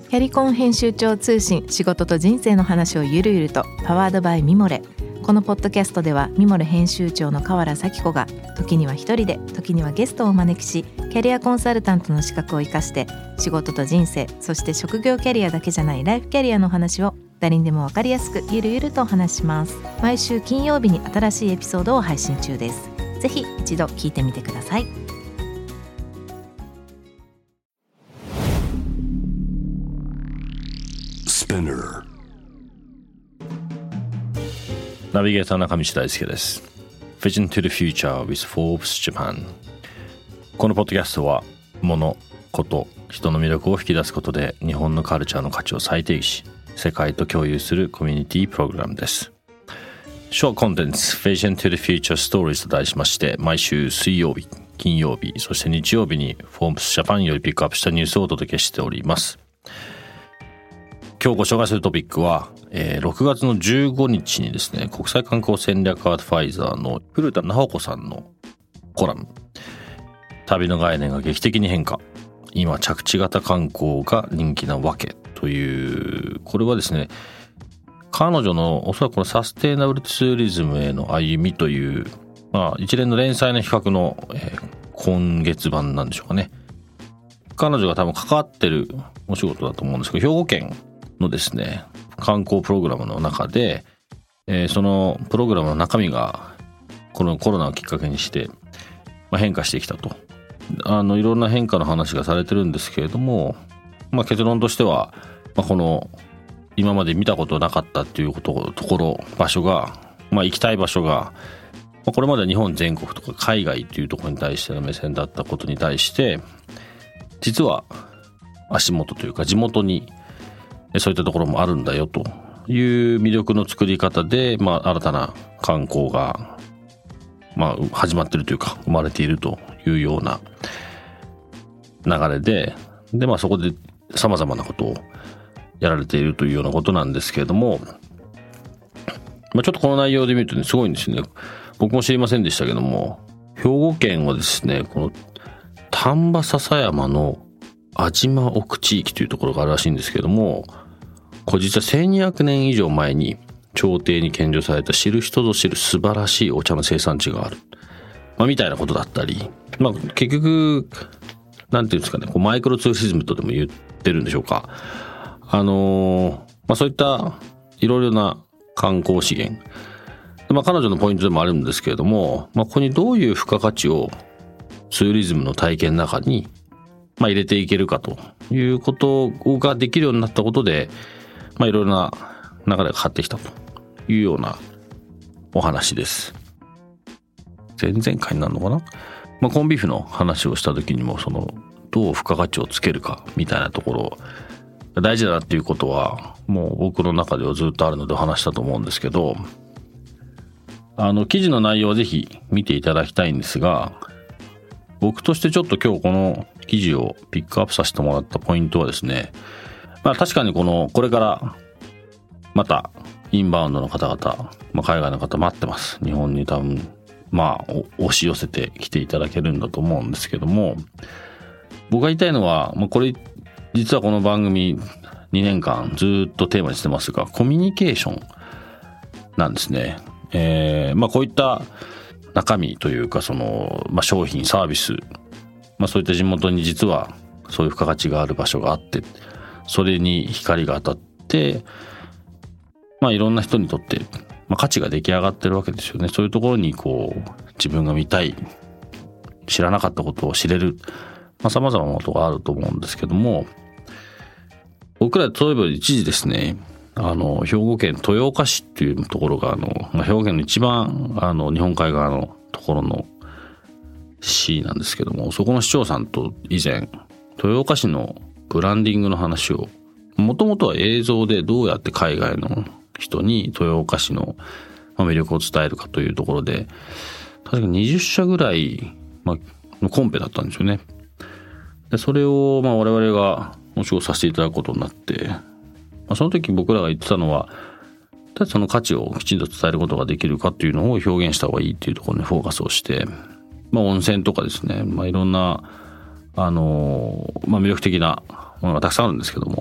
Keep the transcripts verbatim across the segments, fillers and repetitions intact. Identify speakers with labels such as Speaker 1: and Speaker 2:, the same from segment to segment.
Speaker 1: キャリコン編集長通信、仕事と人生の話をゆるゆると、パワードバイミモレ。このポッドキャストではミモレ編集長の河原咲子が時には一人で、時にはゲストをお招きし、キャリアコンサルタントの資格を生かして仕事と人生、そして職業キャリアだけじゃないライフキャリアの話を誰にでも分かりやすくゆるゆるとお話します。毎週金曜日に新しいエピソードを配信中です。ぜひ一度聞いてみてください。
Speaker 2: ナビゲーター中道大輔です。 Vision to the Future with Forbes Japan。 このポッドキャストは物、こと、人の魅力を引き出すことで日本のカルチャーの価値を再定義し、世界と共有するコミュニティプログラムです。 Short Contents Vision to the Future Stories と題しまして、毎週水曜日、金曜日、そして日曜日に Forbes Japan よりピックアップしたニュースをお届けしております。今日ご紹介するトピックは、えー、ろくがつのじゅうごにちにですね、国際観光戦略アドバイザーの古田直子さんのコラム、旅の概念が劇的に変化、今着地型観光が人気なわけという、これはですね、彼女のおそらくこのサステイナブルツーリズムへの歩みという、まあ、一連の連載の企画の、えー、今月版なんでしょうかね。彼女が多分関わってるお仕事だと思うんですけど、兵庫県のですね、観光プログラムの中で、えー、そのプログラムの中身がこのコロナをきっかけにして、まあ、変化してきたと、あのいろんな変化の話がされてるんですけれども、まあ、結論としては、まあ、この今まで見たことなかったっていうことところ場所が、まあ、行きたい場所が、まあ、これまで日本全国とか海外っていうところに対しての目線だったことに対して、実は足元というか地元にそういったところもあるんだよという魅力の作り方で、まあ、新たな観光が、まあ、始まっているというか生まれているというような流れで、で、まあ、そこで様々なことをやられているというようなことなんですけれども、まあ、ちょっとこの内容で見るとね、すごいんですよね。僕も知りませんでしたけども、兵庫県はですね、この丹波篠山の安島奥地域というところがあるらしいんですけども、これ実はせんにひゃくねん以上前に朝廷に献上された知る人ぞ知る素晴らしいお茶の生産地がある、まあ、みたいなことだったり、まあ、結局なんていうんですかね、こうマイクロツーリズムとでも言ってるんでしょうか。あのーまあ、そういったいろいろな観光資源、まあ、彼女のポイントでもあるんですけれども、まあ、ここにどういう付加価値をツーリズムの体験の中にまあ入れていけるかということができるようになったことで、まあいろいろな流れが変わってきたというようなお話です。前々回になるのかな、まあ、コンビーフの話をした時にも、そのどう付加価値をつけるかみたいなところが大事だなっていうことはもう僕の中ではずっとあるので話したと思うんですけど、あの記事の内容をぜひ見ていただきたいんですが、僕としてちょっと今日この記事をピックアップさせてもらったポイントはですね、まあ確かにこのこれからまたインバウンドの方々、まあ、海外の方待ってます。日本に多分まあ押し寄せてきていただけるんだと思うんですけども、僕が言いたいのは、まあ、これ実はこの番組にねんかんずっとテーマにしてますが、コミュニケーションなんですね。えー、まあこういった中身というか、その、まあ、商品サービス、まあ、そういった地元に実はそういう付加価値がある場所があって、それに光が当たって、まあ、いろんな人にとって、まあ、価値が出来上がってるわけですよね。そういうところにこう自分が見たい、知らなかったことを知れる、まあ、様々なことがあると思うんですけども、僕ら例えば一時ですね、あの兵庫県豊岡市っていうところが、あの、まあ、兵庫県の一番あの日本海側のところの市なんですけども、そこの市長さんと以前豊岡市のブランディングの話を、もともとは映像でどうやって海外の人に豊岡市の魅力を伝えるかというところで、確かにじゅっしゃぐらい、まあ、のコンペだったんですよね。でそれをまあ我々がお仕事させていただくことになって、まあ、その時僕らが言ってたのは、その価値をきちんと伝えることができるかっていうのを表現した方がいいっていうところにフォーカスをして、まあ、温泉とかですね、まあ、いろんなあの、まあ、魅力的なものがたくさんあるんですけども、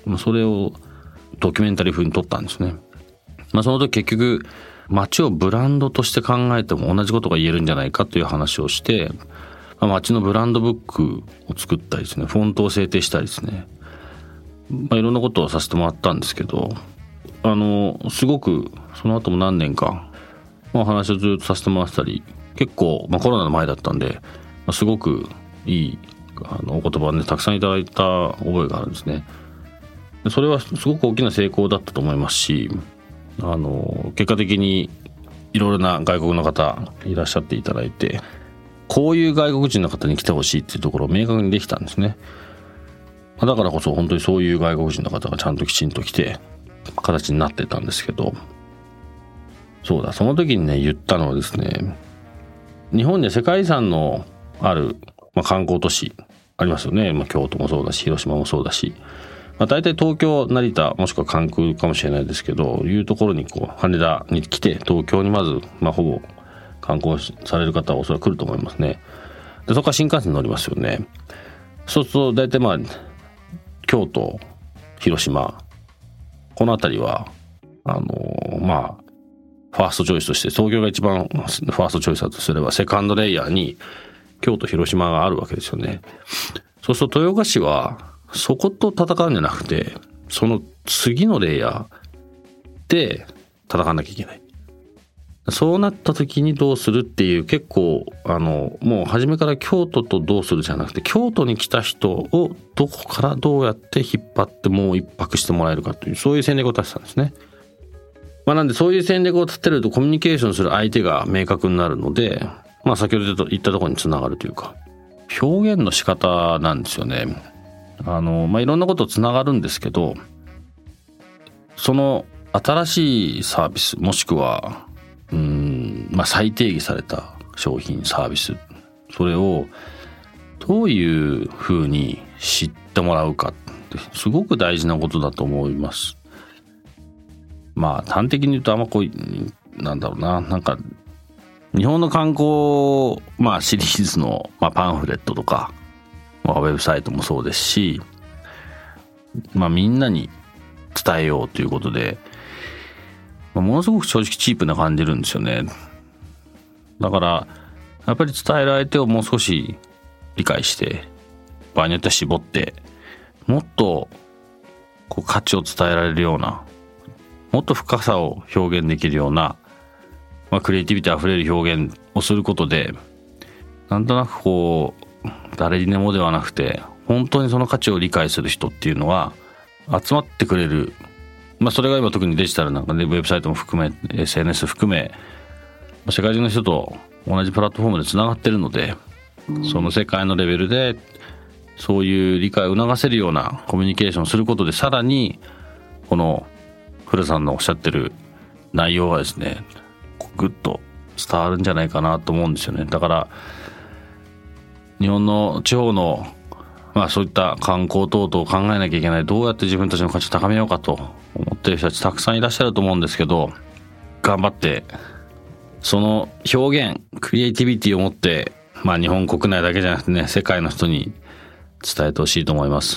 Speaker 2: それをドキュメンタリー風に撮ったんですね。まあ、その時結局街をブランドとして考えても同じことが言えるんじゃないかという話をして、まあ、街のブランドブックを作ったりですね、フォントを制定したりですね、まあ、いろんなことをさせてもらったんですけど、あのすごくその後も何年か、まあ、話をずっとさせてもらってたり、結構、まあ、コロナの前だったんで、まあ、すごくいいあのお言葉で、ね、たくさんいただいた覚えがあるんですね。それはすごく大きな成功だったと思いますし、あの結果的にいろいろな外国の方いらっしゃっていただいて、こういう外国人の方に来てほしいっていうところを明確にできたんですね。だからこそ本当にそういう外国人の方がちゃんときちんと来て形になってたんですけど、そうだ、その時にね言ったのはですね、日本には世界遺産のある、まあ、観光都市ありますよね。まあ、京都もそうだし広島もそうだし、まあ、大体東京、成田もしくは関空かもしれないですけど、いうところにこう羽田に来て東京にまず、まあ、ほぼ観光される方はおそらく来ると思いますね。でそこから新幹線に乗りますよね。そうすると大体まあ京都、広島、この辺りはあのまあファーストチョイスとして、東京が一番ファーストチョイスだとすればセカンドレイヤーに京都、広島があるわけですよね。そうすると豊岡市はそこと戦うんじゃなくて、その次のレイヤーで戦わなきゃいけない。そうなった時にどうするっていう、結構あのもう初めから京都とどうするじゃなくて、京都に来た人をどこからどうやって引っ張ってもう一泊してもらえるかという、そういう戦略を立てたんですね。まあ、なんでそういう戦略を立てるとコミュニケーションする相手が明確になるので、まあ、先ほど言ったところにつながるというか、表現の仕方なんですよね。あの、まあ、いろんなことつながるんですけど、その新しいサービスもしくはうーん、まあ、再定義された商品サービス、それをどういうふうに知ってもらうかってすごく大事なことだと思います。まあ端的に言うとあんまこうなんだろうな、なんか日本の観光、まあ、シリーズの、まあ、パンフレットとか、まあ、ウェブサイトもそうですし、まあ、みんなに伝えようということで、まあ、ものすごく正直チープな感じるんですよね。だからやっぱり伝える相手をもう少し理解して、場合によっては絞って、もっとこう価値を伝えられるような、もっと深さを表現できるような、まあ、クリエイティビティあふれる表現をすることで、なんとなくこう誰にでもではなくて、本当にその価値を理解する人っていうのは集まってくれる。まあ、それが今特にデジタルなんかで、ウェブサイトも含め エスエヌエス 含め世界中の人と同じプラットフォームでつながってるので、その世界のレベルでそういう理解を促せるようなコミュニケーションをすることで、さらにこの古さんのおっしゃってる内容がですね、ぐっと伝わるんじゃないかなと思うんですよね。だから日本の地方の、まあ、そういった観光等々を考えなきゃいけない、どうやって自分たちの価値を高めようかと思っている人たちたくさんいらっしゃると思うんですけど、頑張ってその表現クリエイティビティを持って、まあ、日本国内だけじゃなくてね、世界の人に伝えてほしいと思います。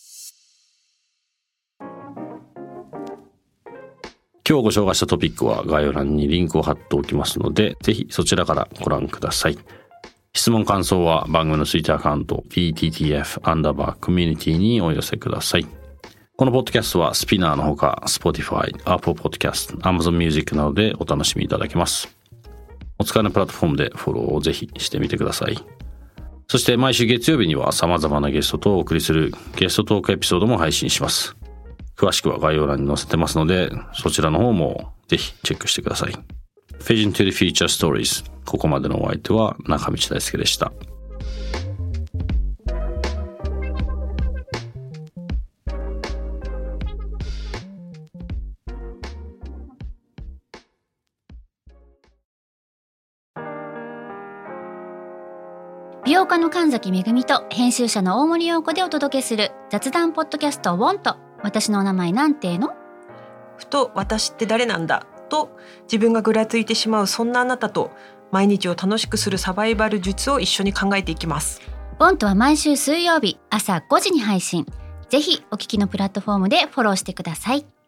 Speaker 2: 今日ご紹介したトピックは概要欄にリンクを貼っておきますので、ぜひそちらからご覧ください。質問感想は番組のツイッターアカウント ピーティーティーエフ アンダーバーコミュニティにお寄せください。このポッドキャストはスピナーのほか Spotify、Apple Podcast、Amazon Music などでお楽しみいただけます。お使いのプラットフォームでフォローをぜひしてみてください。そして毎週月曜日には様々なゲストとお送りするゲストトークエピソードも配信します。詳しくは概要欄に載せてますので、そちらの方もぜひチェックしてください。Vision to the Future Stories。ここまでのお相手は中道大輔でした。
Speaker 3: 美容家の神崎めぐみと編集者の大森洋子でお届けする雑談ポッドキャストウォント。私のお名前なんての？
Speaker 4: ふと私って誰なんだと自分がぐらついてしまう、そんなあなたと毎日を楽しくするサバイバル術を一緒に考えていきます。
Speaker 3: ウォントは毎週水曜日朝ごじに配信。 ぜひお聞きのプラットフォームでフォローしてください。